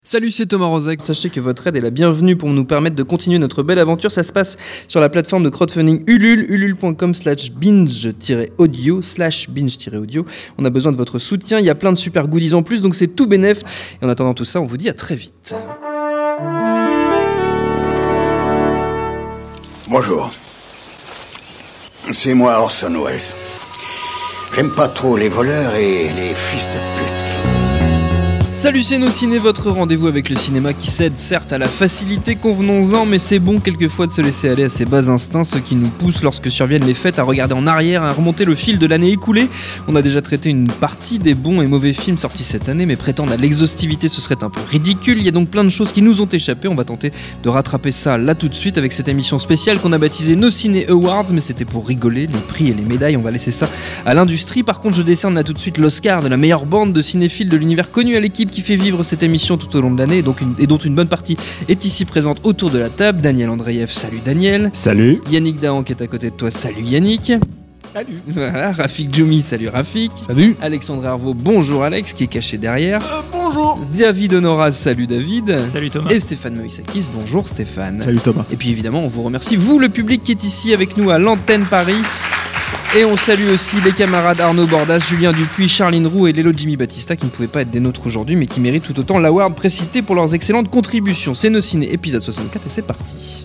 Salut, c'est Thomas Rozek. Sachez que votre aide est la bienvenue pour nous permettre de continuer notre belle aventure. Ça se passe sur la plateforme de crowdfunding Ulule, ulule.com/binge-audio. On a besoin de votre soutien. Il y a plein de super goodies en plus, donc c'est tout bénef. Et en attendant tout ça, on vous dit à très vite. Bonjour. C'est moi Orson Welles. J'aime pas trop les voleurs et les fils de pute. Salut, c'est Nos Ciné, votre rendez-vous avec le cinéma qui cède certes à la facilité, convenons-en, mais c'est bon quelquefois de se laisser aller à ses bas instincts, ceux qui nous poussent lorsque surviennent les fêtes à regarder en arrière, à remonter le fil de l'année écoulée. On a déjà traité une partie des bons et mauvais films sortis cette année, mais prétendre à l'exhaustivité ce serait un peu ridicule. Il y a donc plein de choses qui nous ont échappé, on va tenter de rattraper ça là tout de suite avec cette émission spéciale qu'on a baptisée Nos Ciné Awards, mais c'était pour rigoler, les prix et les médailles, on va laisser ça à l'industrie. Par contre, je décerne là tout de suite l'Oscar de la meilleure bande de cinéphiles de l'univers connu à l'équipe qui fait vivre cette émission tout au long de l'année et dont une bonne partie est ici présente autour de la table. Daniel Andreev, salut Daniel. Salut. Yannick Dahan qui est à côté de toi, salut Yannick. Salut. Voilà, Rafik Djoumi, salut Rafik. Salut. Alexandre Herveau, bonjour Alex qui est caché derrière. Bonjour. David Honoraz, salut David. Salut Thomas. Et Stéphane Moïsakis, bonjour Stéphane. Salut Thomas. Et puis évidemment, on vous remercie, vous le public qui est ici avec nous à l'antenne Paris. Et on salue aussi les camarades Arnaud Bordas, Julien Dupuis, Charline Roux et Lélo Jimmy Battista qui ne pouvaient pas être des nôtres aujourd'hui mais qui méritent tout autant l'award précité pour leurs excellentes contributions. C'est Nos Ciné, épisode 64 et c'est parti.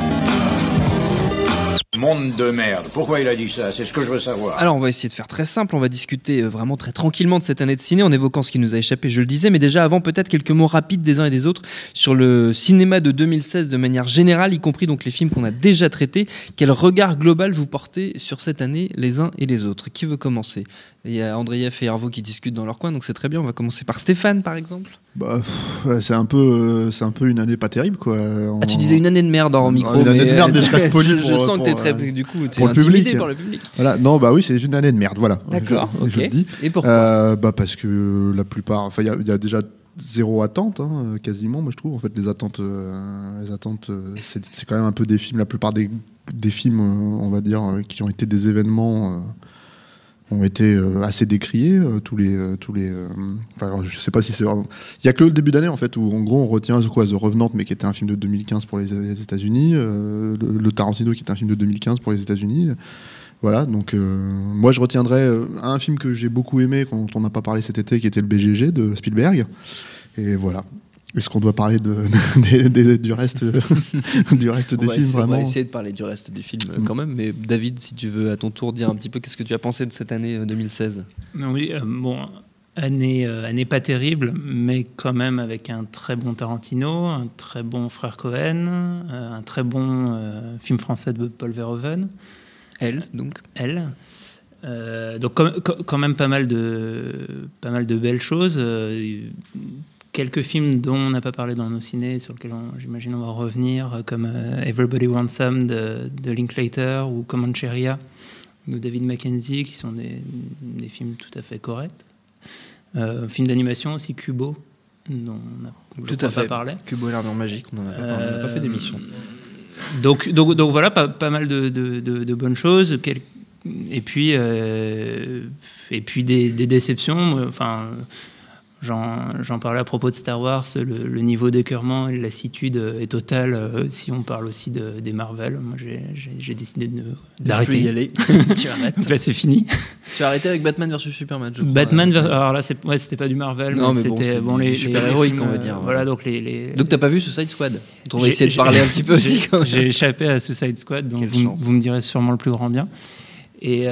Monde de merde. Pourquoi il a dit ça? C'est ce que je veux savoir. Alors on va essayer de faire très simple, on va discuter vraiment très tranquillement de cette année de ciné en évoquant ce qui nous a échappé, je le disais, mais déjà avant peut-être quelques mots rapides des uns et des autres sur le cinéma de 2016 de manière générale, y compris donc les films qu'on a déjà traités. Quel regard global vous portez sur cette année les uns et les autres? Qui veut commencer? Il y a Andreev et Herveau qui discutent dans leur coin, donc c'est très bien, on va commencer par Stéphane par exemple. C'est un peu une année pas terrible quoi. Ah, tu disais une année de merde en micro. Une année de merde, je reste poli je sens que t'es très, du coup, t'es intimidé par le public. Voilà, non, bah oui, c'est une année de merde, voilà. D'accord, ok. Je le dis. Et pourquoi? Parce que la plupart, enfin, il y a déjà zéro attente, hein, quasiment, moi je trouve. En fait, les attentes, c'est quand même un peu des films. La plupart des films, on va dire, qui ont été des événements. Ont été assez décriés alors, je sais pas si c'est vraiment... Il y a que le début d'année en fait où en gros on retient The Revenant mais qui était un film de 2015 pour les États-Unis, le Tarantino qui était un film de 2015 pour les États-Unis. Voilà, donc moi je retiendrai un film que j'ai beaucoup aimé quand on n'a pas parlé cet été qui était le BGG de Spielberg. Et voilà. Est-ce qu'on doit parler du reste des films vraiment? On va essayer de parler du reste des films quand même, mais David, si tu veux à ton tour dire un petit peu qu'est-ce que tu as pensé de cette année 2016. Oui, année pas terrible, mais quand même avec un très bon Tarantino, un très bon Frère Cohen, un très bon film français de Paul Verhoeven. Donc quand même pas mal de belles choses. Quelques films dont on n'a pas parlé dans nos ciné, sur lesquels j'imagine on va revenir, comme Everybody Wants Some de Linklater ou Comancheria de David Mackenzie, qui sont des films tout à fait corrects. Film d'animation aussi, Kubo, dont on n'a pas parlé. Kubo et l'armure magique, on n'en a pas parlé, on n'a pas fait d'émission. Donc voilà, pas mal de bonnes choses. Et puis des déceptions. Enfin... J'en parlais à propos de Star Wars, le niveau d'écœurement et de lassitude est total si on parle aussi des Marvel. Moi, j'ai décidé d'arrêter. Tu peux y aller. Tu arrêtes. Donc là, c'est fini. Tu as arrêté avec Batman vs Superman, je crois. Alors là, c'était pas du Marvel, non, mais c'était les super-héroïques, on va dire. Voilà, donc Donc t'as pas vu Suicide Squad? On va essayer de parler un petit peu aussi. J'ai échappé à Suicide Squad, donc vous me direz sûrement le plus grand bien. Et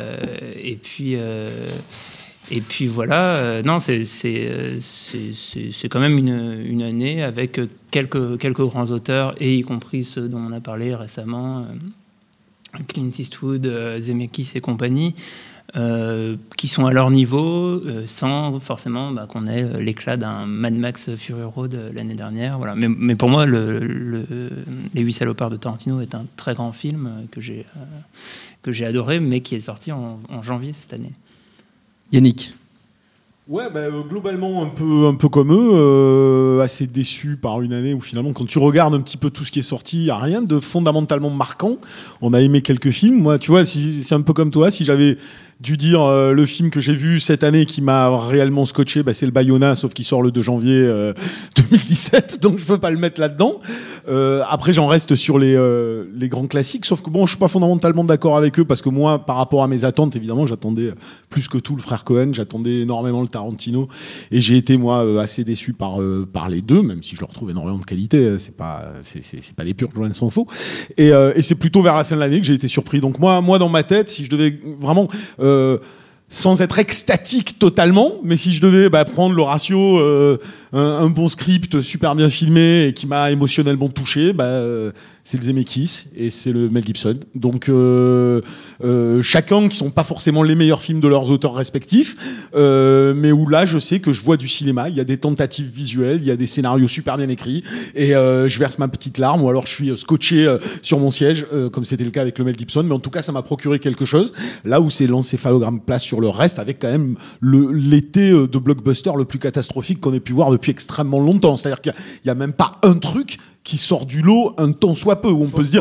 puis voilà, non, c'est quand même une année avec quelques grands auteurs, et y compris ceux dont on a parlé récemment, Clint Eastwood, Zemeckis et compagnie, qui sont à leur niveau, sans forcément qu'on ait l'éclat d'un Mad Max Fury Road l'année dernière. Voilà. Mais pour moi, Les 8 salopards de Tarantino est un très grand film que j'ai adoré, mais qui est sorti en janvier cette année. Yannick. Ouais, globalement un peu comme eux, assez déçu par une année où finalement quand tu regardes un petit peu tout ce qui est sorti, il n'y a rien de fondamentalement marquant. On a aimé quelques films. Moi, tu vois, c'est un peu comme toi, si j'avais dû dire le film que j'ai vu cette année qui m'a réellement scotché, c'est le Bayona, sauf qu'il sort le 2 janvier 2017, donc je peux pas le mettre là-dedans. Après, j'en reste sur les grands classiques, sauf que bon, je suis pas fondamentalement d'accord avec eux parce que moi, par rapport à mes attentes, évidemment, j'attendais plus que tout le frère Cohen, j'attendais énormément le Tarantino, et j'ai été moi assez déçu par les deux, même si je leur trouve énormément de qualité. C'est pas des purs, loin s'en faut. Et c'est plutôt vers la fin de l'année que j'ai été surpris. Donc moi, dans ma tête, si je devais vraiment sans être extatique totalement, mais si je devais prendre le ratio, un bon script super bien filmé et qui m'a émotionnellement touché, c'est le Zemeckis et c'est le Mel Gibson. Donc chacun qui sont pas forcément les meilleurs films de leurs auteurs respectifs, mais où là je sais que je vois du cinéma, il y a des tentatives visuelles, il y a des scénarios super bien écrits, et je verse ma petite larme, ou alors je suis scotché sur mon siège, comme c'était le cas avec le Mel Gibson, mais en tout cas ça m'a procuré quelque chose, là où c'est l'encéphalogramme place sur le reste, avec quand même l'été de blockbuster le plus catastrophique qu'on ait pu voir depuis extrêmement longtemps. C'est-à-dire qu'il y a même pas un truc qui sort du lot un tant soit peu, où on peut se dire...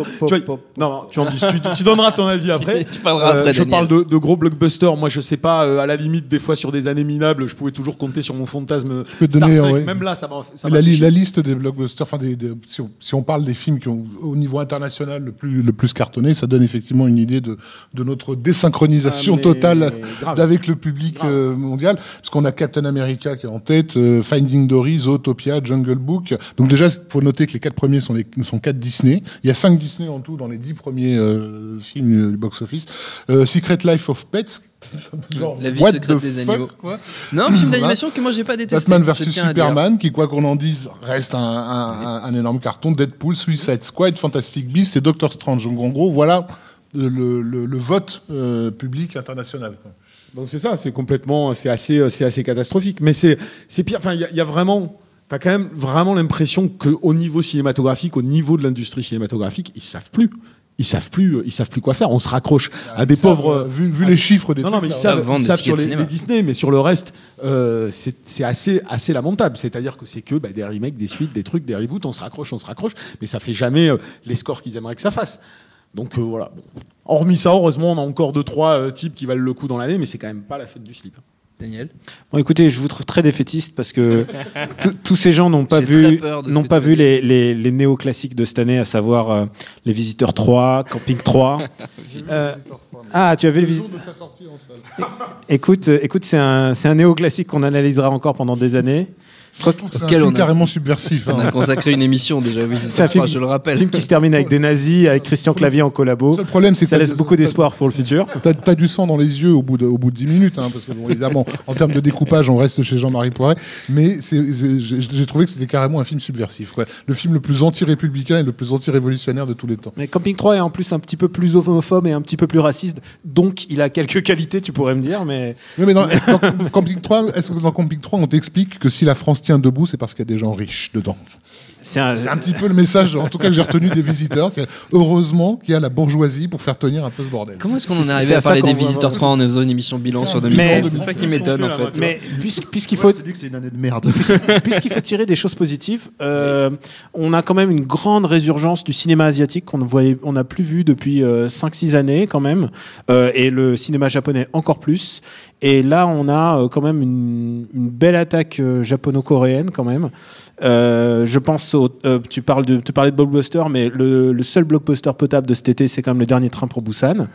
Tu donneras ton avis après. Tu parleras après, je parle de gros blockbusters. Moi, je sais pas, à la limite, des fois, sur des années minables, je pouvais toujours compter sur mon fantasme Star Trek. Même là, ça m'a la liste des blockbusters, si on parle des films qui ont, au niveau international, le plus cartonné, ça donne effectivement une idée de notre désynchronisation totale avec le public mondial. Parce qu'on a Captain America qui est en tête, Finding Dory, Zootopia, Jungle Book. Donc déjà, il faut noter que les 4 premiers sont 4 Disney. Il y a 5 Disney en tout dans les 10 premiers films du box-office. Secret Life of Pets. Genre, la vie secrète des animaux. Non, un film d'animation que moi j'ai pas détesté. Batman vs Superman, qui quoi qu'on en dise reste un énorme carton. Deadpool, Suicide Squad, Fantastic Beasts et Doctor Strange. Donc en gros, voilà le vote public international. Donc c'est ça, c'est assez catastrophique. Mais c'est pire. Enfin, il y a vraiment. T'as quand même vraiment l'impression qu'au niveau cinématographique, au niveau de l'industrie cinématographique, ils savent plus quoi faire. On se raccroche à des pauvres. Vu les chiffres des. Non, mais ils savent sur les Disney, mais sur le reste, c'est assez lamentable. C'est-à-dire que c'est que des remakes, des suites, des trucs, des reboots. On se raccroche, mais ça fait jamais les scores qu'ils aimeraient que ça fasse. Donc voilà. Bon. Hormis ça, heureusement, on a encore 2-3 types qui valent le coup dans l'année, mais c'est quand même pas la fête du slip. Daniel. Bon, écoutez, je vous trouve très défaitiste parce que tous ces gens n'ont pas vu les néoclassiques de cette année, à savoir Les Visiteurs 3, Camping 3. Tu as vu Les Visiteurs? Écoute, c'est un néoclassique qu'on analysera encore pendant des années. Je trouve que c'est un film carrément subversif. On a consacré une émission déjà aux Visiteurs 3, je le rappelle. Un film qui se termine avec des nazis, avec Christian Clavier en collabo. Le problème, c'est ça laisse beaucoup d'espoir pour le futur. T'as du sang dans les yeux au bout de 10 minutes, parce que bon, évidemment, en termes de découpage, on reste chez Jean-Marie Poiret. Mais j'ai trouvé que c'était carrément un film subversif. Le film le plus anti-républicain et le plus anti-révolutionnaire de tous les temps. Mais Camping 3 est en plus un petit peu plus homophobe et un petit peu plus raciste, donc il a quelques qualités, tu pourrais me dire. Mais dans Camping 3, est-ce que dans Camping 3, on t'explique que si la France tient debout, c'est parce qu'il y a des gens riches dedans. C'est un petit peu le message, en tout cas, que j'ai retenu des Visiteurs. C'est heureusement qu'il y a la bourgeoisie pour faire tenir un peu ce bordel. Comment est-ce qu'on en est arrivé à parler des Visiteurs 3 en faisant une émission bilan sur 2016? C'est ça qui m'étonne, en fait. Mais puisqu'il faut... Je te dis que c'est une année de merde. Puisqu'il faut tirer des choses positives, on a quand même une grande résurgence du cinéma asiatique qu'on n'a plus vu depuis 5-6 années, quand même. Et le cinéma japonais encore plus. Et là, on a quand même une belle attaque japono-coréenne, quand même. Je pense tu parlais de blockbuster, mais le seul blockbuster potable de cet été, c'est quand même Le Dernier Train pour Busan.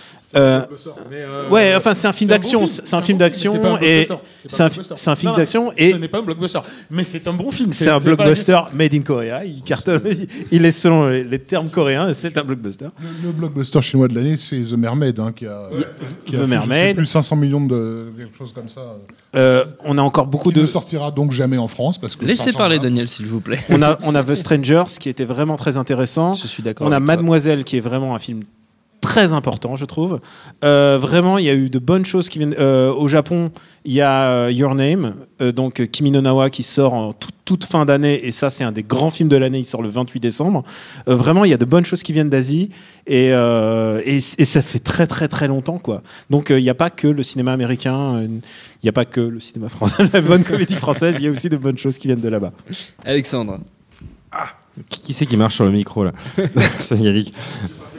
C'est un film d'action. C'est un film d'action et c'est un film d'action et ce n'est pas un blockbuster, mais c'est un bon film. C'est un blockbuster made in Korea. Il cartonne. Il est selon les termes coréens. C'est un blockbuster. Le blockbuster chinois de l'année, c'est The Mermaid, qui a The Mermaid. Plus 500 millions de quelque chose comme ça. On a encore beaucoup ne sortira donc jamais en France parce que. Laissez parler Daniel, s'il vous plaît. On a The Strangers qui était vraiment très intéressant. Je suis d'accord. On a Mademoiselle qui est vraiment un film très important, je trouve. Vraiment, il y a eu de bonnes choses qui viennent. Au Japon, il y a Your Name, donc Kimi no Nawa, qui sort en toute fin d'année, et ça, c'est un des grands films de l'année. Il sort le 28 décembre. Vraiment, il y a de bonnes choses qui viennent d'Asie, et ça fait très très très longtemps, quoi. Donc, il n'y a pas que le cinéma américain, il n'y a pas que le cinéma français, la bonne comédie française. Il y a aussi de bonnes choses qui viennent de là-bas. Alexandre. Qui c'est qui marche sur le micro là? C'est Yannick.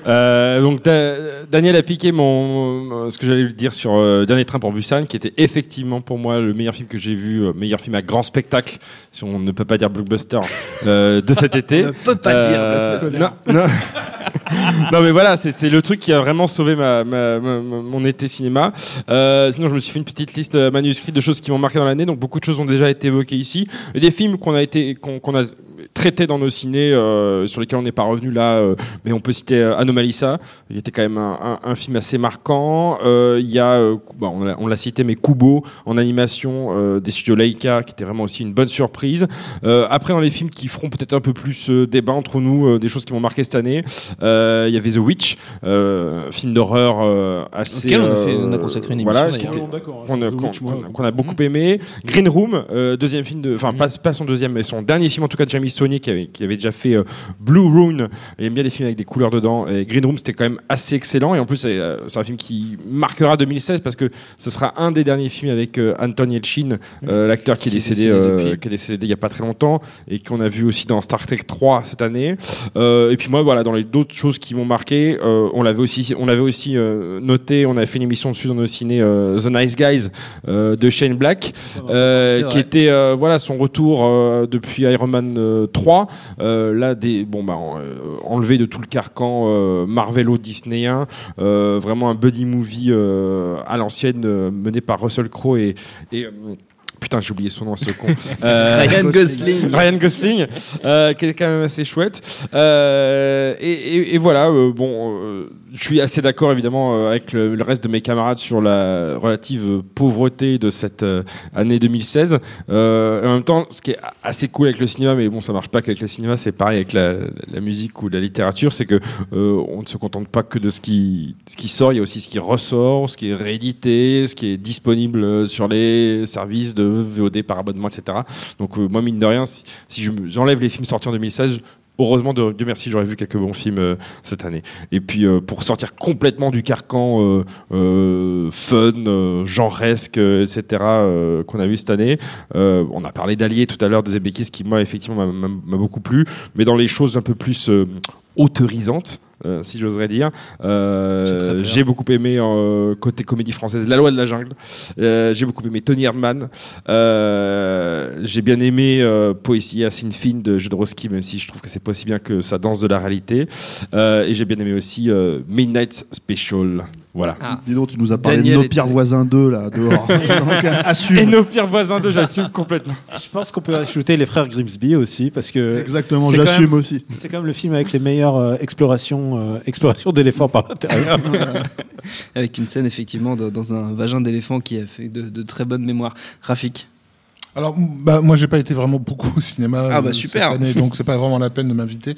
Donc Daniel a piqué ce que j'allais lui dire sur Dernier train pour Busan, qui était effectivement pour moi le meilleur film que j'ai vu, meilleur film à grand spectacle, si on ne peut pas dire blockbuster, de cet été. On ne peut pas dire blockbuster. Non. Non mais voilà, c'est le truc qui a vraiment sauvé mon été cinéma. Sinon je me suis fait une petite liste manuscrite de choses qui m'ont marqué dans l'année, donc beaucoup de choses ont déjà été évoquées ici. Et des films qu'on a traités dans nos cinés, sur lesquels on n'est pas revenu là, mais on peut citer Anomalisa, qui était quand même un film assez marquant. Il y a, on l'a cité, mais Kubo en animation des studios Laika, qui était vraiment aussi une bonne surprise. Après dans les films qui feront peut-être un peu plus débat entre nous, des choses qui m'ont marqué cette année. Il y avait The Witch, film d'horreur assez. Auquel on a consacré une émission. Voilà, qu'on a beaucoup aimé. Green Room, deuxième film pas son deuxième, mais son dernier film en tout cas de Jamie Saunier qui avait déjà fait Blue Rune. Il aime bien les films avec des couleurs dedans. Et Green Room c'était quand même assez excellent. Et en plus c'est un film qui marquera 2016 parce que ce sera un des derniers films avec Anton Yelchin, l'acteur qui est décédé il y a pas très longtemps et qu'on a vu aussi dans Star Trek 3 cette année. Et puis moi voilà, dans les d'autres choses qui m'ont marqué, on l'avait aussi noté, on avait fait une émission dessus dans nos ciné, The Nice Guys de Shane Black, qui était son retour depuis Iron Man 3, enlevé de tout le carcan Marvelo disneyen, vraiment un buddy movie à l'ancienne, mené par Russell Crowe et putain, j'ai oublié son nom, ce con. Ryan Gosling. Ryan Gosling, qui est quand même assez chouette. Et voilà, je suis assez d'accord évidemment avec le reste de mes camarades sur la relative pauvreté de cette année 2016. En même temps, ce qui est assez cool avec le cinéma, mais bon, ça marche pas qu'avec le cinéma, c'est pareil avec la musique ou la littérature, c'est que on ne se contente pas que de ce qui sort, il y a aussi ce qui ressort, ce qui est réédité, ce qui est disponible sur les services de VOD par abonnement, etc. Donc moi, mine de rien, si j'enlève les films sortis en 2016, heureusement, Dieu merci, j'aurais vu quelques bons films cette année. Et puis pour sortir complètement du carcan fun, genresque, etc. Qu'on a vu cette année, on a parlé d'Allier tout à l'heure, de Zemeckis, qui moi effectivement m'a beaucoup plu, mais dans les choses un peu plus autorisantes, si j'oserais dire. J'ai beaucoup aimé côté comédie française La Loi de la Jungle. J'ai beaucoup aimé Tony Erdmann. J'ai bien aimé Poesia sin fin de Jodorowsky, même si je trouve que c'est pas aussi bien que ça danse de la réalité. Et j'ai bien aimé aussi Midnight Special. Voilà. Dis donc, tu nous as parlé de Nos Pires Voisins 2 là dehors. Donc, assume. Et Nos Pires Voisins 2, j'assume complètement. Je pense qu'on peut ajouter Les Frères Grimsby aussi, parce que exactement, j'assume aussi. C'est quand même le film avec les meilleures explorations d'éléphants par l'intérieur. Avec une scène effectivement dans un vagin d'éléphant qui a fait de très bonnes mémoires. Rafik. Alors, moi, j'ai pas été vraiment beaucoup au cinéma super. cette année, donc c'est pas vraiment la peine de m'inviter.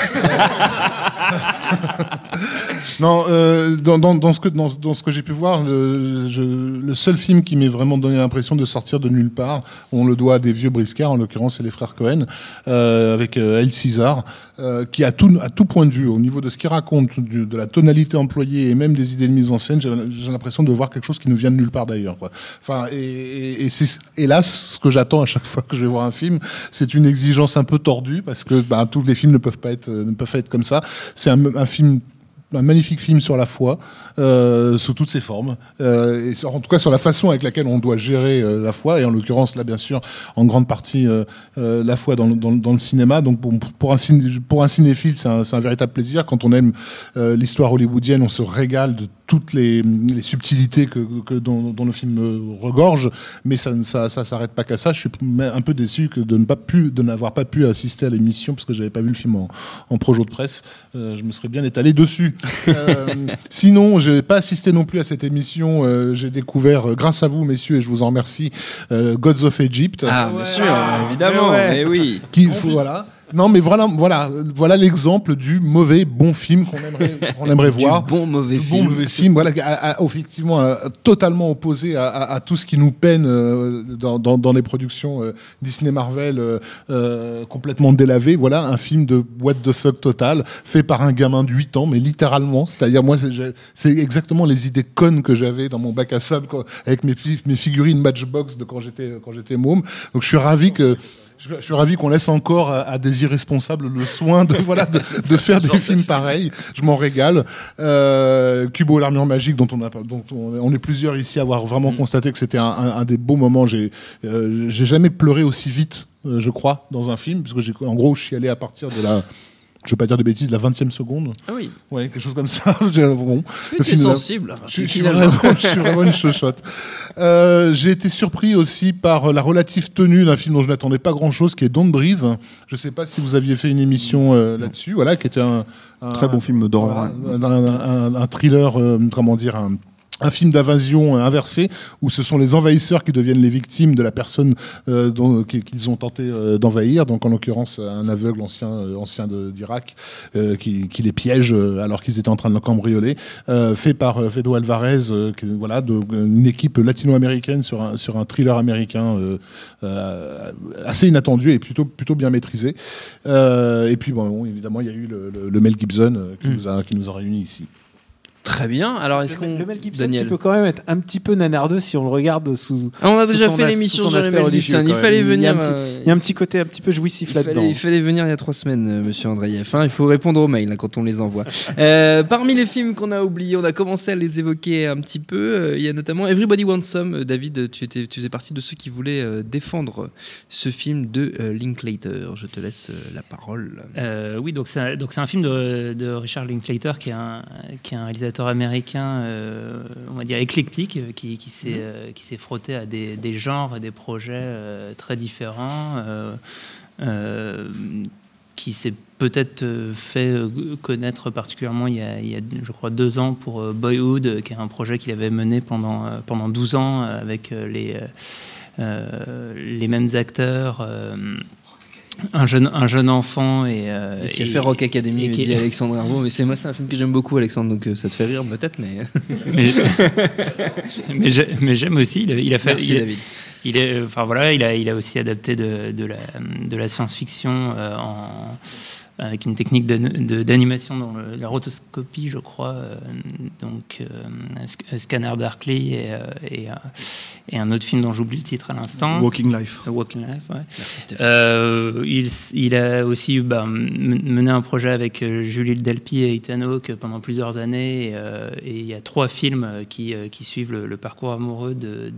Non, dans ce que j'ai pu voir, le seul film qui m'ait vraiment donné l'impression de sortir de nulle part, on le doit à des vieux briscards, en l'occurrence c'est les frères Cohen, avec El César, qui à tout point de vue, au niveau de ce qu'il raconte, de la tonalité employée et même des idées de mise en scène, j'ai l'impression de voir quelque chose qui nous vient de nulle part d'ailleurs, quoi. Enfin, et c'est hélas ce que j'attends à chaque fois que je vais voir un film, c'est une exigence un peu tordue parce que tous les films ne peuvent pas être comme ça. C'est un magnifique film sur la foi, sous toutes ses formes, et en tout cas sur la façon avec laquelle on doit gérer la foi, et en l'occurrence là bien sûr en grande partie la foi dans le cinéma. Donc pour un cinéphile c'est un véritable plaisir. Quand on aime l'histoire hollywoodienne, on se régale de toutes les subtilités dont le film regorge, mais ça s'arrête pas qu'à ça. Je suis un peu déçu de n'avoir pas pu assister à l'émission parce que j'avais pas vu le film en projo de presse. Je me serais bien étalé dessus. Sinon, j'ai pas assisté non plus à cette émission. J'ai découvert, grâce à vous, messieurs, et je vous en remercie, Gods of Egypt. Ah, bien sûr, évidemment. Mais oui. Voilà. Non, mais voilà l'exemple du mauvais bon film qu'on aimerait voir. Du bon mauvais film. Voilà, effectivement, totalement opposé à tout ce qui nous peine dans les productions Disney Marvel complètement délavées. Voilà, un film de what the fuck total, fait par un gamin de 8 ans, mais littéralement. C'est-à-dire, moi, c'est exactement les idées connes que j'avais dans mon bac à sable avec mes figurines Matchbox de quand j'étais môme. Donc, je suis ravi que Je suis ravi qu'on laisse encore à des irresponsables le soin de faire des films pareils. Je m'en régale. Kubo, l'armure magique, dont on est plusieurs ici à avoir vraiment constaté que c'était un des beaux moments. J'ai jamais pleuré aussi vite, je crois, dans un film, parce que en gros, je suis allé à partir de la... Je veux pas dire des bêtises, la 20e seconde. Ah oui. Ouais, quelque chose comme ça. Bon, le film sensible. Je suis vraiment une chochotte. J'ai été surpris aussi par la relative tenue d'un film dont je n'attendais pas grand-chose, qui est Don't Breathe. Je sais pas si vous aviez fait une émission là-dessus, voilà, qui était un très bon film d'horreur. Un thriller, un film d'invasion inversé, où ce sont les envahisseurs qui deviennent les victimes de la personne qu'ils ont tenté d'envahir. Donc, en l'occurrence, un aveugle ancien d'Irak qui les piège alors qu'ils étaient en train de le cambrioler. Fait par Fede Alvarez, une équipe latino-américaine sur un thriller américain assez inattendu et plutôt bien maîtrisé. Et puis, bon, évidemment, il y a eu le Mel Gibson qui nous a réunis ici. Très bien. Alors, est-ce qu'on... Le Mel Gibson, Daniel, qui peut quand même être un petit peu nanardeux si on le regarde sous. on a déjà fait l'émission sur le Mel Gibson. Il fallait venir. Il y a un petit côté un petit peu jouissif là-dedans. Il fallait venir il y a 3 semaines, monsieur Andreev. Il faut répondre aux mails quand on les envoie. Parmi les films qu'on a oubliés, on a commencé à les évoquer un petit peu. Il y a notamment Everybody Wants Some. David, tu faisais partie de ceux qui voulaient défendre ce film de Linklater. Je te laisse la parole. Oui, donc c'est un film de Richard Linklater qui est un réalisateur américain, on va dire éclectique, qui s'est frotté à des genres et des projets très différents, qui s'est peut-être fait connaître particulièrement il y a je crois 2 ans pour Boyhood, qui est un projet qu'il avait mené pendant 12 ans avec les mêmes acteurs. Un jeune enfant et qui a fait Rock Academy et dit Alexandre Herbeau, mais c'est un film que j'aime beaucoup, Alexandre, donc ça te fait rire peut-être, mais mais j'aime aussi. Il a fait. Merci, David. Il a aussi adapté de la science-fiction avec une technique d'animation dans la rotoscopie, je crois, Scanner Darkly et un autre film dont j'oublie le titre à l'instant. Walking Life. Walking Life, ouais. Merci Stéphane. Il a aussi mené un projet avec Julie Delpy et Ethan Hawke pendant plusieurs années, et il y a 3 films qui suivent le parcours amoureux de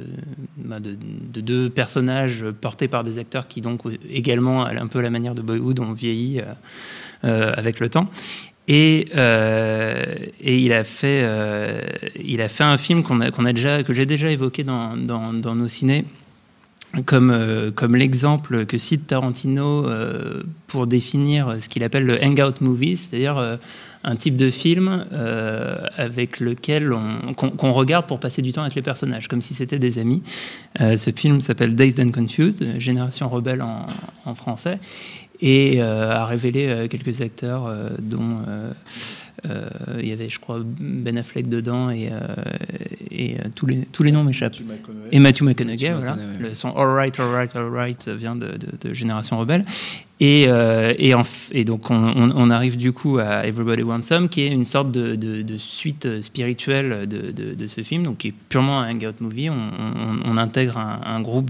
2 personnages portés par des acteurs qui donc également, un peu à la manière de Boyhood, ont vieilli avec le temps. Et il a fait un film que j'ai déjà évoqué dans nos cinés comme l'exemple que cite Tarantino pour définir ce qu'il appelle le hangout movie, c'est-à-dire un type de film avec lequel qu'on regarde pour passer du temps avec les personnages, comme si c'était des amis. Ce film s'appelle Dazed and Confused, Génération Rebelle en français, et a révélé quelques acteurs dont il y avait, je crois, Ben Affleck dedans et tous les noms m'échappent. Et Matthew McConaughey, voilà. Son All Right vient de Génération Rebelle. Et donc on arrive du coup à Everybody Wants Some, qui est une sorte de suite spirituelle de ce film, donc qui est purement un hangout movie. On intègre un groupe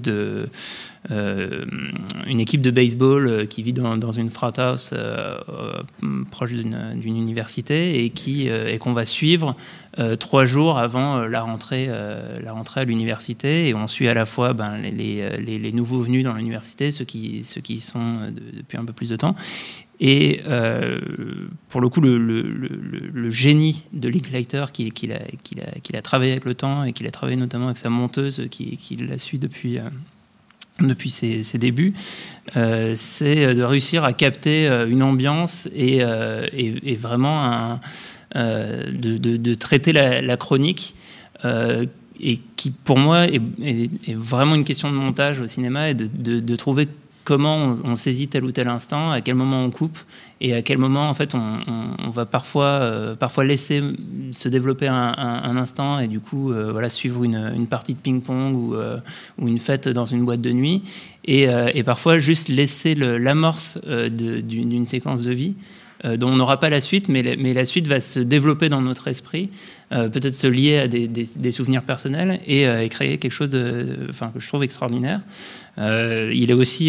une équipe de baseball qui vit dans une frat house proche d'une université et qu'on va suivre 3 jours avant la rentrée à l'université, et on suit à la fois les nouveaux venus dans l'université, ceux qui y sont depuis un peu plus de temps. Et pour le coup, le génie de Linklater, qu'il a travaillé avec le temps et qu'il a travaillé notamment avec sa monteuse qui la suit depuis ses débuts, c'est de réussir à capter une ambiance et vraiment de traiter la chronique, et qui pour moi est vraiment une question de montage au cinéma, et de trouver comment on saisit tel ou tel instant, à quel moment on coupe, et à quel moment en fait on va parfois laisser se développer un instant, et du coup suivre une partie de ping-pong ou une fête dans une boîte de nuit, et parfois juste laisser l'amorce d'une séquence de vie dont on n'aura pas la suite, mais la suite va se développer dans notre esprit, peut-être se lier à des souvenirs personnels et créer quelque chose que je trouve extraordinaire. Il est aussi...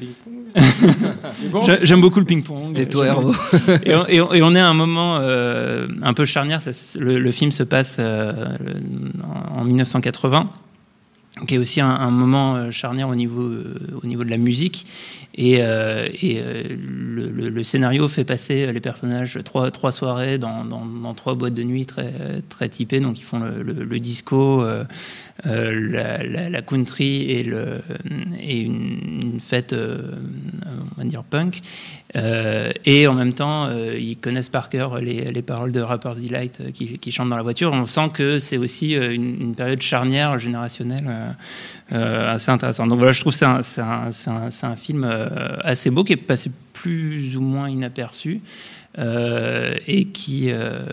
J'aime beaucoup le ping-pong. Et toi, Hervé. Et on est à un moment un peu charnière. Le film se passe en 1980, qui est aussi un moment charnière au niveau de la musique. Et le scénario fait passer les personnages trois soirées dans 3 boîtes de nuit très, très typées. Donc ils font le disco, la country et une fête, on va dire punk. Et en même temps, ils connaissent par cœur les paroles de Rapper's Delight qui chantent dans la voiture. On sent que c'est aussi une période charnière générationnelle assez intéressante. Donc voilà, je trouve que c'est un film assez beau qui est passé plus ou moins inaperçu. Et qui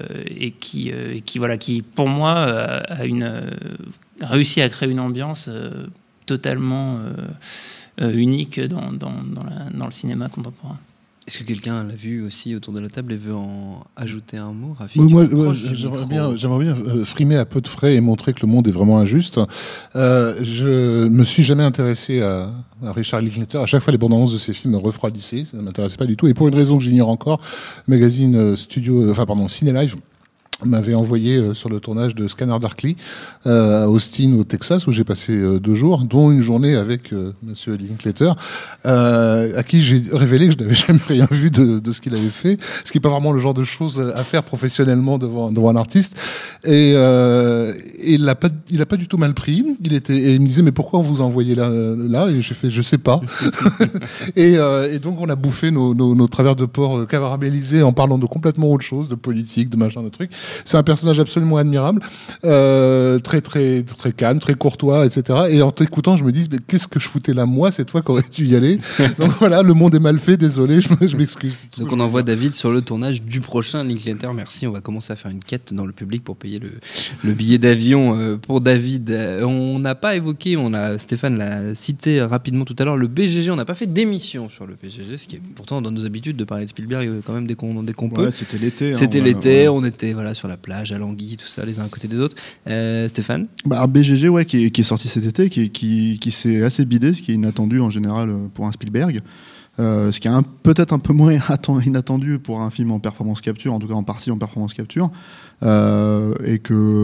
pour moi a réussi à créer une ambiance totalement unique dans le cinéma contemporain. Est-ce que quelqu'un l'a vu aussi autour de la table et veut en ajouter un mot, Rafik? Moi, j'aimerais bien frimer à peu de frais et montrer que le monde est vraiment injuste. Je me suis jamais intéressé à Richard Linklater. À chaque fois, les bandes annonces de ses films me refroidissaient. Ça ne m'intéressait pas du tout. Et pour une raison que j'ignore encore, le magazine Ciné Live m'avait envoyé sur le tournage de Scanner Darkly à Austin au Texas, où j'ai passé 2 jours, dont une journée avec Monsieur Linklater, à qui j'ai révélé que je n'avais jamais rien vu de ce qu'il avait fait, ce qui n'est pas vraiment le genre de choses à faire professionnellement devant un artiste. Et il a pas du tout mal pris. Et il me disait, mais pourquoi on vous a envoyé là? Et j'ai fait, je sais pas. et donc on a bouffé nos travers de porc caramélisés en parlant de complètement autre chose, de politique, de machin, de trucs. C'est un personnage absolument admirable, très très très calme, très courtois, etc. Et en t'écoutant, je me dis, mais qu'est-ce que je foutais là, moi? C'est toi qui aurais dû y aller. Donc voilà, le monde est mal fait. Désolé, je m'excuse. Donc on envoie David sur le tournage du prochain Linklater. Merci. On va commencer à faire une quête dans le public pour payer le billet d'avion pour David. On n'a pas évoqué, Stéphane l'a cité rapidement tout à l'heure, le BGG. On n'a pas fait d'émission sur le BGG, ce qui est pourtant dans nos habitudes de parler de Spielberg quand même dès qu'on peut. Ouais, c'était l'été. C'était l'été. On était sur la plage à Languille, tout ça, les uns à côté des autres. Stéphane? BGG, ouais, qui est sorti cet été, qui s'est assez bidé, ce qui est inattendu en général pour un Spielberg. Ce qui est peut-être un peu moins inattendu pour un film en performance capture, en tout cas en partie en performance capture, et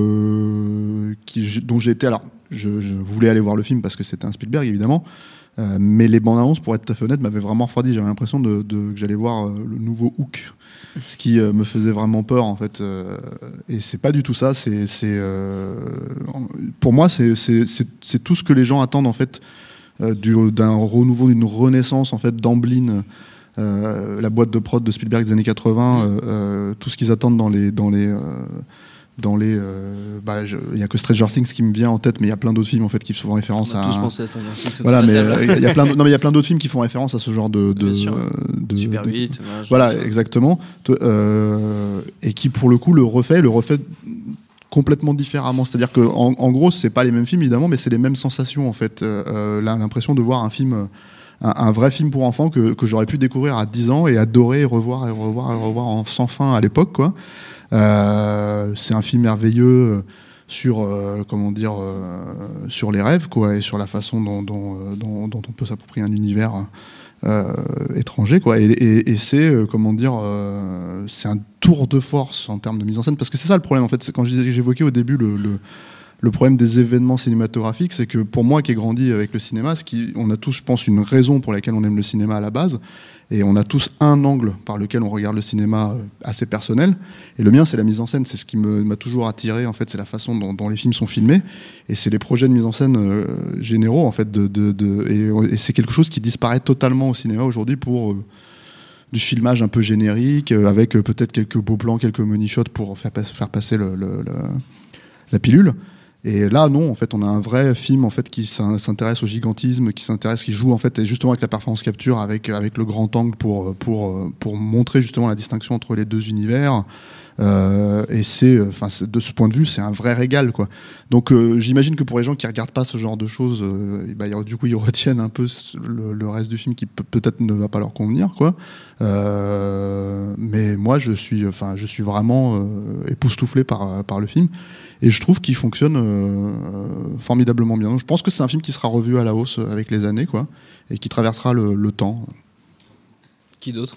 dont j'ai été. Alors, je voulais aller voir le film parce que c'était un Spielberg, évidemment. Mais les bandes annonces, pour être tout à fait honnête, m'avaient vraiment refroidi. J'avais l'impression que j'allais voir le nouveau Hook, ce qui me faisait vraiment peur en fait. Et c'est pas du tout ça. Pour moi, c'est tout ce que les gens attendent en fait d'un renouveau, d'une renaissance en fait d'Amblin, la boîte de prod de Spielberg des années 80, tout ce qu'ils attendent il y a que Stranger Things qui me vient en tête, mais il y a plein d'autres films en fait qui font référence à. On a tous pensé à Stranger Things. Voilà, mais il y a plein d'autres films qui font référence à ce genre de Super 8. Voilà, exactement. Et qui pour le coup le refait complètement différemment. C'est-à-dire que en gros, c'est pas les mêmes films évidemment, mais c'est les mêmes sensations en fait. L'impression de voir un film. Un vrai film pour enfants que j'aurais pu découvrir à 10 ans et adorer et revoir sans fin à l'époque, quoi. C'est un film merveilleux sur sur les rêves, quoi, et sur la façon dont on peut s'approprier un univers étranger, quoi. Et c'est c'est un tour de force en termes de mise en scène, parce que c'est ça le problème en fait. C'est quand j'évoquais au début le problème des événements cinématographiques, c'est que pour moi qui ai grandi avec le cinéma, on a tous, je pense, une raison pour laquelle on aime le cinéma à la base, et on a tous un angle par lequel on regarde le cinéma assez personnel, et le mien c'est la mise en scène, c'est ce qui m'a toujours attiré en fait, c'est la façon dont les films sont filmés, et c'est les projets de mise en scène généraux en fait, et c'est quelque chose qui disparaît totalement au cinéma aujourd'hui pour du filmage un peu générique, avec peut-être quelques beaux plans, quelques money shots pour faire passer la pilule. Et là, non, en fait, on a un vrai film en fait qui s'intéresse au gigantisme, qui joue en fait justement avec la performance capture, avec le grand angle pour montrer justement la distinction entre les deux univers. Et de ce point de vue, c'est un vrai régal, quoi. Donc, j'imagine que pour les gens qui regardent pas ce genre de choses, du coup, ils retiennent un peu le reste du film qui peut-être ne va pas leur convenir, quoi. Mais moi, je suis vraiment époustouflé par le film. Et je trouve qu'il fonctionne formidablement bien. Donc, je pense que c'est un film qui sera revu à la hausse avec les années, quoi, et qui traversera le temps. Qui d'autre?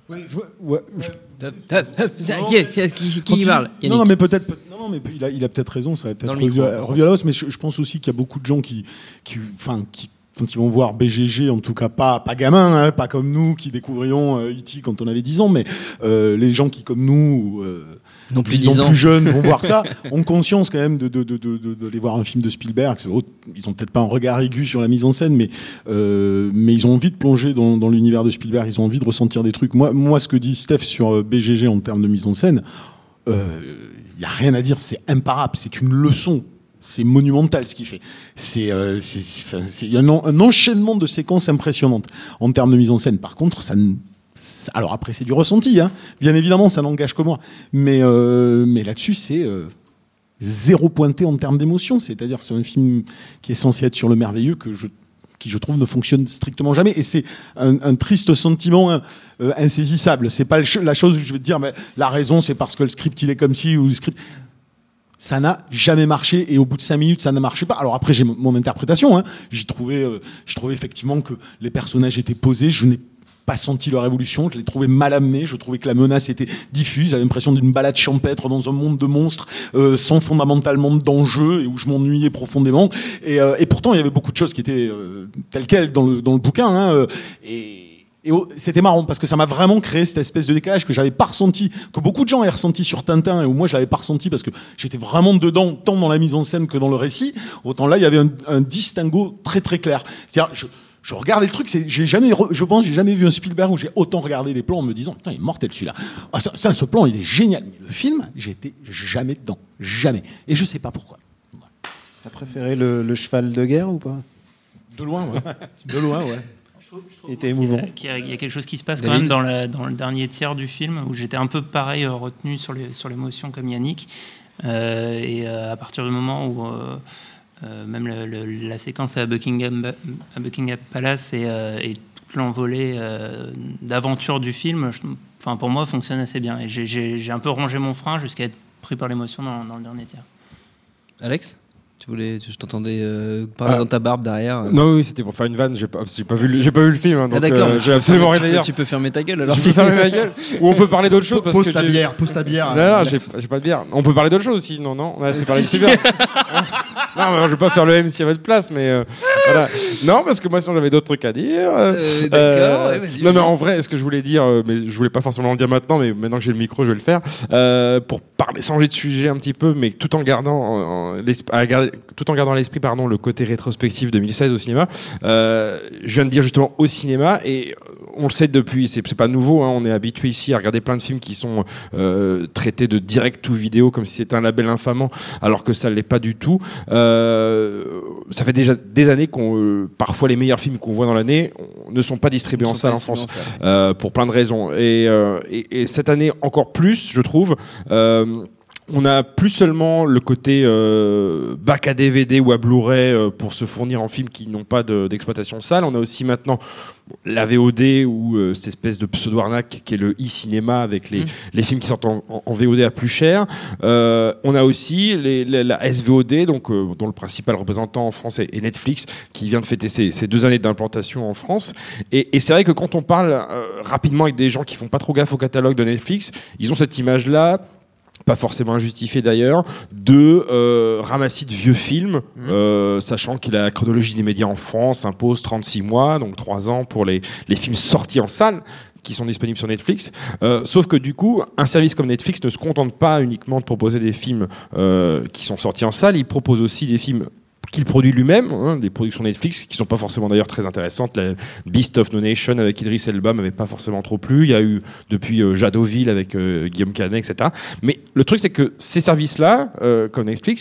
Qui parle? Non, mais peut-être. Non, mais il a peut-être raison. Ça va peut-être revu à la hausse. Mais je pense aussi qu'il y a beaucoup de gens qui quand ils vont voir BGG, en tout cas pas gamin, hein, pas comme nous qui découvrions E.T. quand on avait 10 ans, mais les gens qui comme nous non plus plus jeunes vont voir ça, ont conscience quand même d'aller voir un film de Spielberg. Ils ont peut-être pas un regard aigu sur la mise en scène, mais ils ont envie de plonger dans l'univers de Spielberg. Ils ont envie de ressentir des trucs. Moi, ce que dit Steph sur BGG en termes de mise en scène, y a rien à dire. C'est imparable. C'est une leçon. C'est monumental ce qu'il fait. Il y a un enchaînement de séquences impressionnantes en termes de mise en scène. Par contre, alors après c'est du ressenti, hein. Bien évidemment, ça n'engage que moi. Mais là-dessus, c'est zéro pointé en termes d'émotion. C'est-à-dire, c'est un film qui est censé être sur le merveilleux qui je trouve ne fonctionne strictement jamais. Et c'est un triste sentiment insaisissable. C'est pas la chose où je vais te dire, mais la raison, c'est parce que le script il est comme ci ou le script. Ça n'a jamais marché et au bout de 5 minutes, ça ne marchait pas. Alors après, j'ai mon interprétation. Hein. Je trouvais effectivement que les personnages étaient posés. Je n'ai pas senti leur évolution. Je l'ai trouvé mal amené. Je trouvais que la menace était diffuse. J'avais l'impression d'une balade champêtre dans un monde de monstres sans fondamentalement d'enjeux et où je m'ennuyais profondément. Et pourtant, il y avait beaucoup de choses qui étaient telles quelles dans le bouquin. Hein, et c'était marrant parce que ça m'a vraiment créé cette espèce de décalage que j'avais pas ressenti, que beaucoup de gens avaient ressenti sur Tintin et où moi je l'avais pas ressenti parce que j'étais vraiment dedans, tant dans la mise en scène que dans le récit. Autant là, il y avait un distinguo très très clair. C'est-à-dire, je regardais le truc, j'ai jamais vu un Spielberg où j'ai autant regardé les plans en me disant, putain, il est mortel celui-là. Ah, ce plan, il est génial. Mais le film, j'étais jamais dedans, jamais. Et je sais pas pourquoi. Voilà. T'as préféré le cheval de guerre ou pas? De loin, ouais. De loin, ouais. Était émouvant. Il y a quelque chose qui se passe quand même dans le dernier tiers du film où j'étais un peu pareil retenu sur l'émotion comme Yannick et à partir du moment où même la séquence à Buckingham Palace et toute l'envolée d'aventure du film, pour moi fonctionne assez bien et j'ai un peu rongé mon frein jusqu'à être pris par l'émotion dans le dernier tiers. Alex ? Je t'entendais parler dans ta barbe derrière. Non, oui, c'était pour faire une vanne. J'ai pas vu le film. Hein, donc, d'accord. J'ai absolument rien à dire. Tu peux fermer ta gueule alors. Je peux fermer ma gueule. Ou on peut parler d'autre chose. Pose ta bière. Non, j'ai pas de bière. On peut parler d'autre chose aussi. Non. C'est parler de Spielberg. Non, mais je vais pas faire le M s'il y a votre place, mais voilà. Non, parce que moi, sinon, j'avais d'autres trucs à dire. D'accord. Vas-y. Non, mais en vrai, ce que je voulais dire, mais je voulais pas forcément le dire maintenant, mais maintenant que j'ai le micro, je vais le faire. Pour changer de sujet un petit peu, mais tout en gardant à l'esprit le côté rétrospectif 2016 au cinéma. Je viens de dire justement au cinéma, et on le sait depuis, c'est pas nouveau, hein, on est habitué ici à regarder plein de films qui sont traités de direct to vidéo comme si c'était un label infamant, alors que ça l'est pas du tout. Ça fait déjà des années parfois les meilleurs films qu'on voit dans l'année ne sont pas distribués en salle en France, pour plein de raisons. Et cette année encore plus, je trouve. On a plus seulement le côté bac à DVD ou à Blu-ray pour se fournir en films qui n'ont pas d'exploitation salle. On a aussi maintenant la VOD ou cette espèce de pseudo-arnaque qui est le e-cinéma avec les films qui sortent en VOD à plus cher. On a aussi la SVOD, donc, dont le principal représentant en France est Netflix, qui vient de fêter ses 2 années d'implantation en France. Et c'est vrai que quand on parle rapidement avec des gens qui font pas trop gaffe au catalogue de Netflix, ils ont cette image-là, pas forcément injustifié d'ailleurs, de ramassis de vieux films, sachant que la chronologie des médias en France impose 36 mois, donc 3 ans pour les films sortis en salle, qui sont disponibles sur Netflix. Sauf que du coup, un service comme Netflix ne se contente pas uniquement de proposer des films qui sont sortis en salle, il propose aussi des films qu'il produit lui-même, hein, des productions Netflix qui sont pas forcément d'ailleurs très intéressantes. La Beast of No Nation avec Idris Elba m'avait pas forcément trop plu. Il y a eu depuis Jadoville avec Guillaume Canet, etc. Mais le truc, c'est que ces services-là, comme Netflix,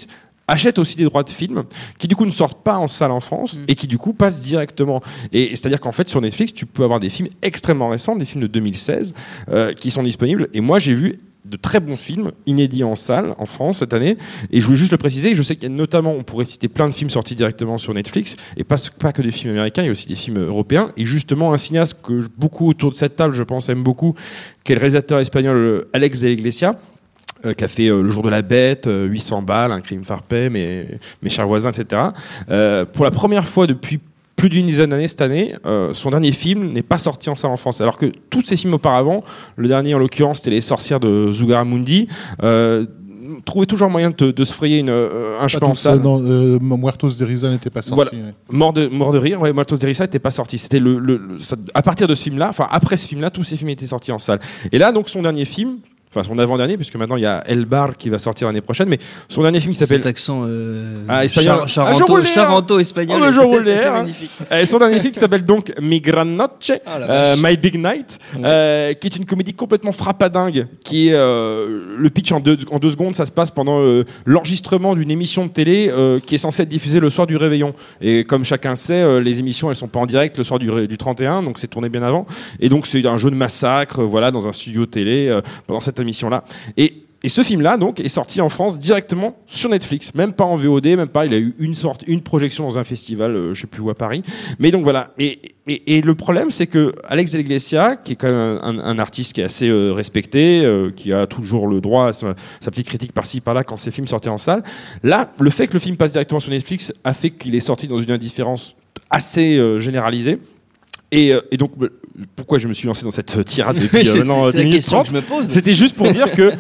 achètent aussi des droits de films qui du coup ne sortent pas en salle en France et qui du coup passent directement. Et c'est-à-dire qu'en fait sur Netflix tu peux avoir des films extrêmement récents, des films de 2016 qui sont disponibles. Et moi j'ai vu de très bons films inédits en salle en France cette année, et je voulais juste le préciser. Je sais qu'il y a notamment, on pourrait citer plein de films sortis directement sur Netflix, et pas que des films américains, il y a aussi des films européens. Et justement un cinéaste que beaucoup autour de cette table je pense aiment beaucoup, qui est le réalisateur espagnol Alex de la Iglesia, qui a fait Le Jour de la Bête, 800 balles, Un crime parfait, mes chers voisins, etc. Pour la première fois depuis plus d'une dizaine d'années cette année, son dernier film n'est pas sorti en salle en France. Alors que tous ces films auparavant, le dernier en l'occurrence c'était Les Sorcières de Zugarramundi, trouvait toujours moyen de se frayer un chemin en salle. Muertos de Risa n'était pas sorti. Voilà. Ouais. Mort de rire, ouais, Muertos de Risa n'était pas sorti. C'était à partir de ce film-là, enfin après ce film-là, tous ces films étaient sortis en salle. Et là donc son dernier film, enfin son avant-dernier, puisque maintenant il y a El Bar qui va sortir l'année prochaine, mais son dernier film qui s'appelle... Cet accent espagnol. Charanto-espagnol. C'est magnifique. Son dernier film qui s'appelle donc Mi Gran Noche, My Big Night, qui est une comédie complètement frappadingue, qui est le pitch en deux secondes, ça se passe pendant l'enregistrement d'une émission de télé qui est censée être diffusée le soir du réveillon. Et comme chacun sait, les émissions elles sont pas en direct le soir du 31, donc c'est tourné bien avant. Et donc c'est un jeu de massacre, voilà, dans un studio télé pendant cette émission-là. Et ce film-là, donc, est sorti en France directement sur Netflix, même pas en VOD, même pas. Il a eu une projection dans un festival, je sais plus où à Paris. Mais donc voilà. Et le problème, c'est que Alex de la Iglesia, qui est quand même un artiste qui est assez respecté, qui a toujours le droit à sa petite critique par-ci par-là quand ses films sortaient en salle. Là, le fait que le film passe directement sur Netflix a fait qu'il est sorti dans une indifférence assez généralisée. Et donc, pourquoi je me suis lancé dans cette tirade depuis c'est la question que je me pose. C'était juste pour dire que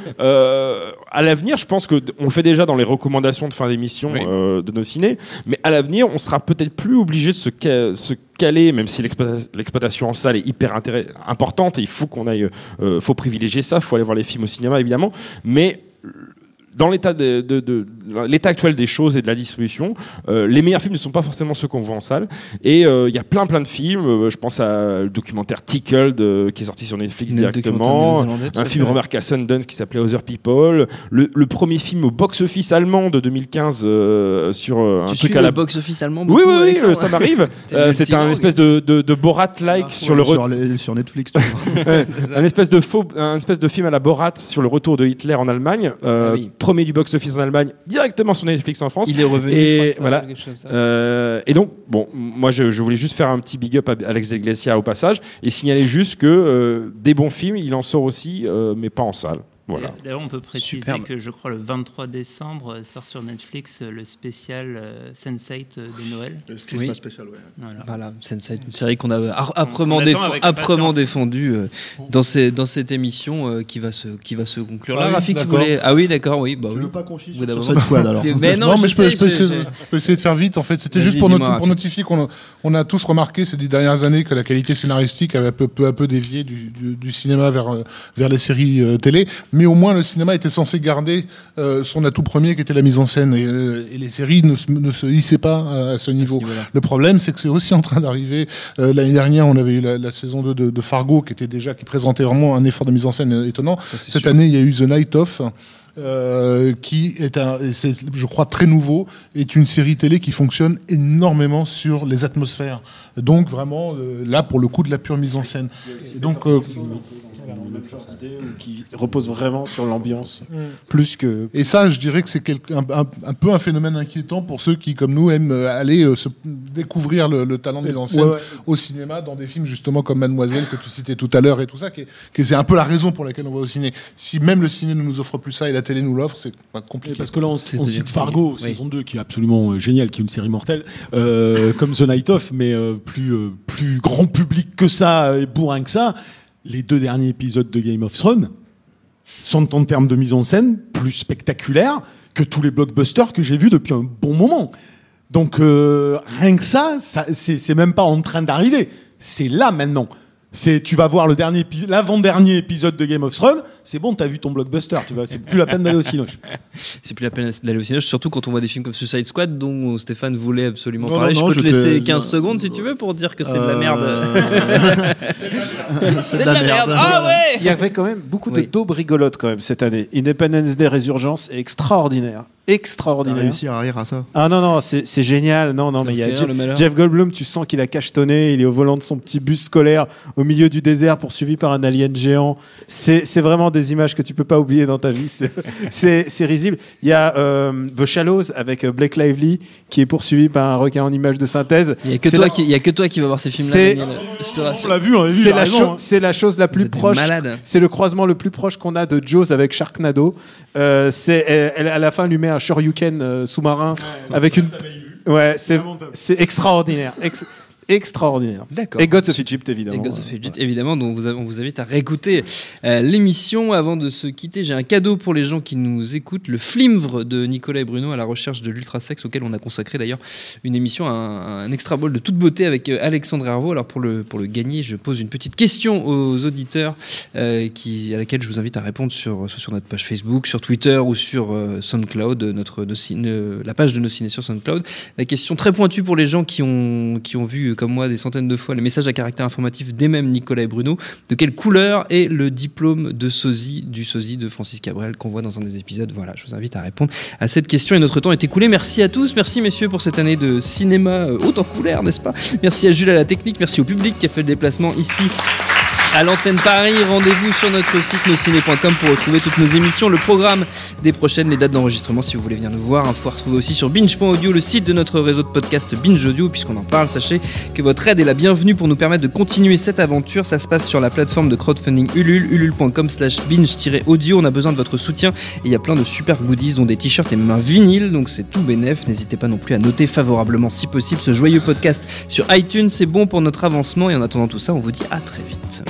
à l'avenir, je pense que on le fait déjà dans les recommandations de fin d'émission de nos ciné, mais à l'avenir, on sera peut-être plus obligé de se caler, même si l'exploitation en salle est hyper importante et il faut qu'on aille, faut privilégier ça, faut aller voir les films au cinéma évidemment, mais dans l'état l'état actuel des choses et de la distribution, les meilleurs films ne sont pas forcément ceux qu'on voit en salle. Et il y a plein de films. Je pense à le documentaire Tickled qui est sorti sur Netflix directement. Un film remarqué à Sundance qui s'appelait Other People. Le premier film au box-office allemand de 2015 sur un truc à la box-office allemand. Oui, ça m'arrive. C'est un espèce de Borat-like sur Netflix. un espèce de film à la Borat sur le retour de Hitler en Allemagne. Premier du box-office en Allemagne, directement sur Netflix en France. Il est revenu, et je crois, voilà. Et donc, bon, moi, je voulais juste faire un petit big up à Alex de la Iglesia au passage et signaler juste que des bons films, il en sort aussi, mais pas en salle. Voilà. D'ailleurs, on peut préciser que je crois le 23 décembre sort sur Netflix le spécial Sense8 de Noël. Le Christmas spécial, ouais. Voilà, Sense8, une série qu'on a âprement défendue dans cette émission qui va se conclure. Là, Rafik, tu voulais... Ah oui, d'accord, oui. Bah, tu oui. veux pas qu'on chie sur Suicide Squad alors? Mais non, mais je peux essayer de faire vite. En fait, c'était juste pour notifier qu'on a tous remarqué ces 10 dernières années que la qualité scénaristique avait peu à peu dévié du cinéma vers les séries télé. Mais au moins le cinéma était censé garder son atout premier qui était la mise en scène et les séries ne se hissaient pas à ce niveau. Le problème c'est que c'est aussi en train d'arriver. L'année dernière on avait eu la saison 2 de Fargo qui présentait vraiment un effort de mise en scène étonnant. Cette année il y a eu The Night Of qui est je crois très nouveau, est une série télé qui fonctionne énormément sur les atmosphères. Donc vraiment là pour le coup de la pure mise en scène. Et donc même genre d'idée qui repose vraiment sur l'ambiance plus que. Et ça, je dirais que c'est un peu un phénomène inquiétant pour ceux qui, comme nous, aiment aller se découvrir le talent de mise en scène au cinéma dans des films justement comme Mademoiselle que tu citais tout à l'heure et tout ça, qui c'est un peu la raison pour laquelle on va au ciné. Si même le ciné ne nous offre plus ça et la télé nous l'offre, c'est pas compliqué. Parce que là, on cite Fargo, saison 2, qui est absolument génial, qui est une série mortelle, comme The Night Of, mais plus grand public que ça et bourrin que ça. Les 2 derniers épisodes de Game of Thrones sont en termes de mise en scène plus spectaculaires que tous les blockbusters que j'ai vus depuis un bon moment. Donc rien que ça c'est même pas en train d'arriver. C'est là maintenant. Tu vas voir l'avant-dernier épisode de Game of Thrones, c'est bon, t'as vu ton blockbuster, c'est plus la peine d'aller au cinoche. C'est plus la peine d'aller au cinoche, surtout quand on voit des films comme Suicide Squad dont Stéphane voulait absolument parler. Je peux te laisser 15 secondes si tu veux pour dire que c'est de la merde. C'est de la merde. Ah ouais. Il y avait quand même beaucoup de daubes rigolotes quand même cette année. Independence Day Résurgence est extraordinaire. T'as extraordinaire. réussi à rire à ça. Ah non, c'est génial. Non, Ça mais il y me a fait rire, le malheur. Jeff Goldblum, tu sens qu'il a cachetonné, il est au volant de son petit bus scolaire au milieu du désert poursuivi par un alien géant. C'est vraiment des images que tu peux pas oublier dans ta vie. C'est risible. Il y a The Shallows avec Blake Lively qui est poursuivi par un requin en images de synthèse. Il y a que toi qui va voir ces films-là. C'est- Daniel. Je te rassure. On l'a vu, C'est la chose la plus Vous êtes des proche. malades. C'est le croisement le plus proche qu'on a de Jaws avec Sharknado. Elle, à la fin, lui met un shoryuken sous-marin avec une. Ouais, c'est extraordinaire. Extraordinaire. D'accord. Et Gods of Egypt, évidemment. Et Gods of Egypt, évidemment, dont on vous invite à réécouter l'émission. Avant de se quitter, j'ai un cadeau pour les gens qui nous écoutent, le Flimvre de Nicolas et Bruno à la recherche de l'ultrasex, auquel on a consacré d'ailleurs une émission, un extra ball de toute beauté avec Alexandre Herveau. Alors pour le gagner, je pose une petite question aux auditeurs à laquelle je vous invite à répondre soit sur notre page Facebook, sur Twitter ou sur SoundCloud, la page de Nos Ciné sur SoundCloud. La question très pointue pour les gens qui ont vu comme moi des centaines de fois les messages à caractère informatif des mêmes Nicolas et Bruno. De quelle couleur est le diplôme de sosie du sosie de Francis Cabrel qu'on voit dans un des épisodes? Voilà, je vous invite à répondre à cette question et notre temps est écoulé. Merci à tous, merci messieurs pour cette année de cinéma haute en couleur, n'est-ce pas? Merci à Jules à la technique, merci au public qui a fait le déplacement ici à l'antenne Paris. Rendez-vous sur notre site nosciné.com pour retrouver toutes nos émissions, le programme des prochaines, les dates d'enregistrement si vous voulez venir nous voir. Info à retrouver aussi sur binge.audio, le site de notre réseau de podcast Binge Audio. Puisqu'on en parle, sachez que votre aide est la bienvenue pour nous permettre de continuer cette aventure. Ça se passe sur la plateforme de crowdfunding Ulule, ulule.com/binge-audio. On a besoin de votre soutien et il y a plein de super goodies dont des t-shirts et même un vinyle, donc c'est tout bénef. N'hésitez pas non plus à noter favorablement si possible ce joyeux podcast sur iTunes, c'est bon pour notre avancement et en attendant tout ça, on vous dit à très vite.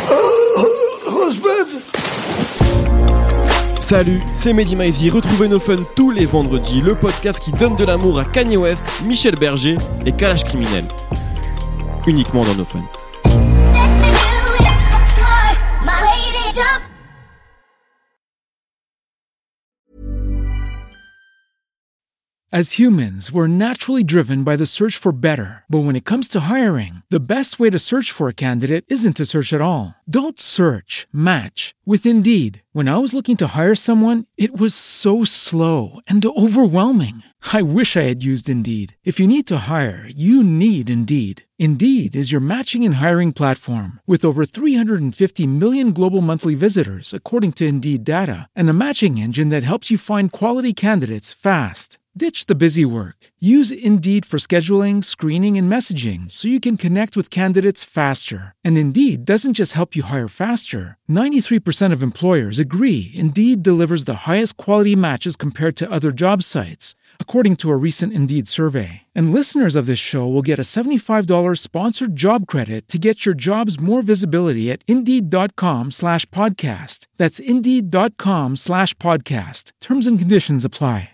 Salut, c'est Mehdi Maizy. Retrouvez No Fun tous les vendredis, le podcast qui donne de l'amour à Kanye West, Michel Berger et Kalash Criminel. Uniquement dans No Fun. As humans, we're naturally driven by the search for better. But when it comes to hiring, the best way to search for a candidate isn't to search at all. Don't search, match with Indeed. When I was looking to hire someone, it was so slow and overwhelming. I wish I had used Indeed. If you need to hire, you need Indeed. Indeed is your matching and hiring platform with over 350 million global monthly visitors, according to Indeed data, and a matching engine that helps you find quality candidates fast. Ditch the busy work. Use Indeed for scheduling, screening, and messaging so you can connect with candidates faster. And Indeed doesn't just help you hire faster. 93% of employers agree Indeed delivers the highest quality matches compared to other job sites, according to a recent Indeed survey. And listeners of this show will get a $75 sponsored job credit to get your jobs more visibility at Indeed.com/podcast. That's Indeed.com/podcast. Terms and conditions apply.